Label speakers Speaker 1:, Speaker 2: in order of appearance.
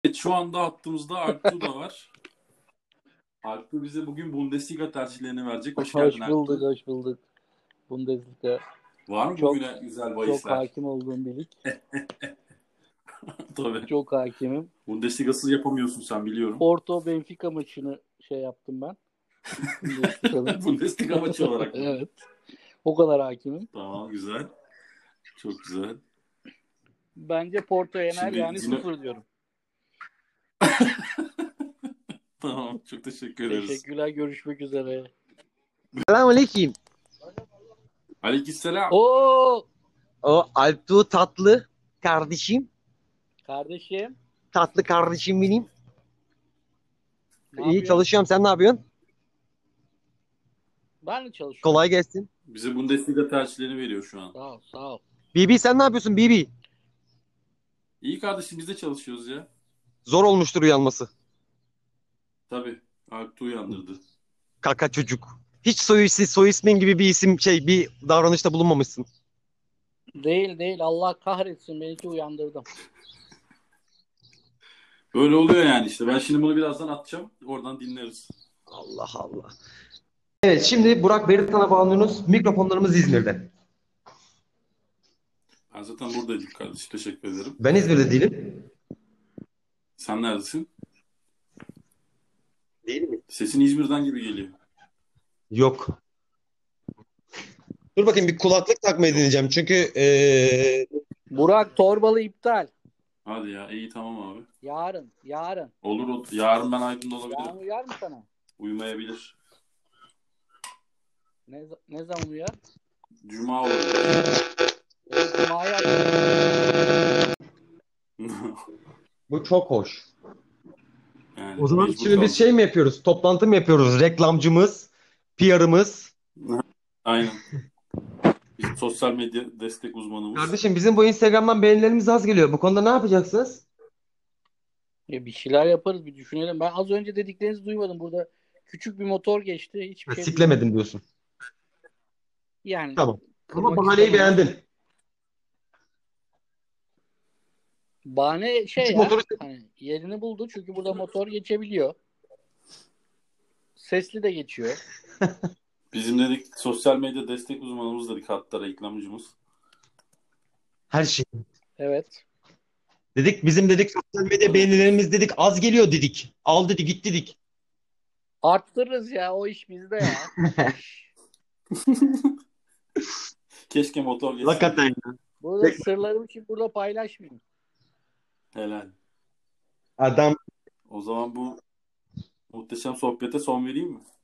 Speaker 1: Evet, şu anda hattımızda Alptu da var. Alptu bize bugün Bundesliga tercihlerini verecek. Hoş geldin
Speaker 2: Hoş bulduk,
Speaker 1: Alptu.
Speaker 2: hoş bulduk. Bundesliga
Speaker 1: Var mı
Speaker 2: çok
Speaker 1: bugüne güzel
Speaker 2: çok
Speaker 1: bahisler?
Speaker 2: hakim olduğum bir lig.
Speaker 1: Tabii.
Speaker 2: Çok hakimim.
Speaker 1: Bundesliga'sız yapamıyorsun sen, biliyorum.
Speaker 2: Porto Benfica maçını yaptım ben. Bundesliga'nın.
Speaker 1: Bundesliga maçı olarak mı?
Speaker 2: Evet. O kadar hakimim.
Speaker 1: Tamam, güzel. Çok güzel.
Speaker 2: Bence Porto yener,
Speaker 1: Şimdi
Speaker 2: yani
Speaker 1: Zino...
Speaker 2: 0 diyorum.
Speaker 1: Tamam, çok teşekkür ederiz.
Speaker 2: Teşekkürler, görüşmek üzere.
Speaker 3: Selamünaleyküm.
Speaker 1: Aleykümselam.
Speaker 2: Oo
Speaker 3: O Alptuğ tatlı kardeşim.
Speaker 2: kardeşim,
Speaker 3: Tatlı kardeşim benim.
Speaker 2: ne
Speaker 3: İyi
Speaker 2: yapıyorsun?
Speaker 3: çalışıyorum. Sen ne yapıyorsun?
Speaker 2: Ben de çalışıyorum.
Speaker 3: Kolay gelsin.
Speaker 1: Bize Bundesliga tercihlerini veriyor şu an.
Speaker 2: Sağ ol, sağ ol.
Speaker 3: Bibi sen ne yapıyorsun Bibi?
Speaker 1: İyi kardeşim, biz de çalışıyoruz ya.
Speaker 3: Zor olmuştur uyanması.
Speaker 1: Tabii. Alptu uyandırdı.
Speaker 3: Kaka çocuk. Hiç soy ismin gibi bir bir davranışta bulunmamışsın.
Speaker 2: Değil, Allah kahretsin, belki uyandırdım.
Speaker 1: Böyle oluyor yani işte. Ben şimdi bunu birazdan atacağım. Oradan dinleriz.
Speaker 3: Allah Allah. Evet, şimdi Burak Beritan'a bağlanıyoruz. Mikrofonlarımız İzmir'de.
Speaker 1: Ben zaten buradaydım kardeşim. Teşekkür ederim.
Speaker 3: Ben İzmir'de değilim.
Speaker 1: Sen neredesin?
Speaker 3: Değil mi?
Speaker 1: Sesin İzmir'den gibi geliyor.
Speaker 3: Yok. Dur bakayım, bir kulaklık takmayı deneyeceğim. Çünkü
Speaker 2: Burak, Torbalı iptal.
Speaker 1: Hadi ya, iyi, tamam abi.
Speaker 2: Yarın.
Speaker 1: Olur. Yarın ben Aydın'da
Speaker 2: Yarın
Speaker 1: olabilirim.
Speaker 2: uyar mı sana?
Speaker 1: Uyumayabilir.
Speaker 2: Ne zaman uyar?
Speaker 1: Cuma olabilir.
Speaker 2: Cuma'ya
Speaker 3: bu çok hoş.
Speaker 1: Yani
Speaker 3: O zaman
Speaker 1: mecbur
Speaker 3: şimdi biz
Speaker 1: kaldım.
Speaker 3: mi yapıyoruz? Toplantı mı yapıyoruz? Reklamcımız, PR'ımız.
Speaker 1: Aynen. Biz sosyal medya destek uzmanımız.
Speaker 3: Kardeşim, bizim bu Instagram'dan beğenilerimiz az geliyor. Bu konuda ne yapacaksınız?
Speaker 2: bir şeyler yaparız, bir düşünelim. Ben az önce dediklerinizi duymadım. Burada küçük bir motor geçti. Hiçbir şey duymadım.
Speaker 3: Siklemedim diyorsun.
Speaker 2: Yani
Speaker 3: Tamam. Ama
Speaker 2: kırmak
Speaker 3: bahaneyi
Speaker 2: istemem.
Speaker 3: beğendin.
Speaker 2: Bahane
Speaker 3: Küçük
Speaker 2: ya.
Speaker 3: motoru
Speaker 2: Hani yerini buldu, çünkü burada motor geçebiliyor. Sesli de geçiyor.
Speaker 1: Bizim dedik sosyal medya destek uzmanımız dedik, hatta reklamcımız.
Speaker 3: her şey.
Speaker 2: Evet.
Speaker 3: Bizim dedik sosyal medya beğenilerimiz dedik az geliyor dedik. Al dedi git dedik.
Speaker 2: Arttırırız ya, o iş bizde ya.
Speaker 1: Keşke motor geçseydi.
Speaker 3: Hakikaten ya.
Speaker 2: Burada sırlarım için burada paylaşmayayım.
Speaker 1: Helal.
Speaker 3: Adam
Speaker 1: O zaman bu muhteşem sohbete son vereyim mi?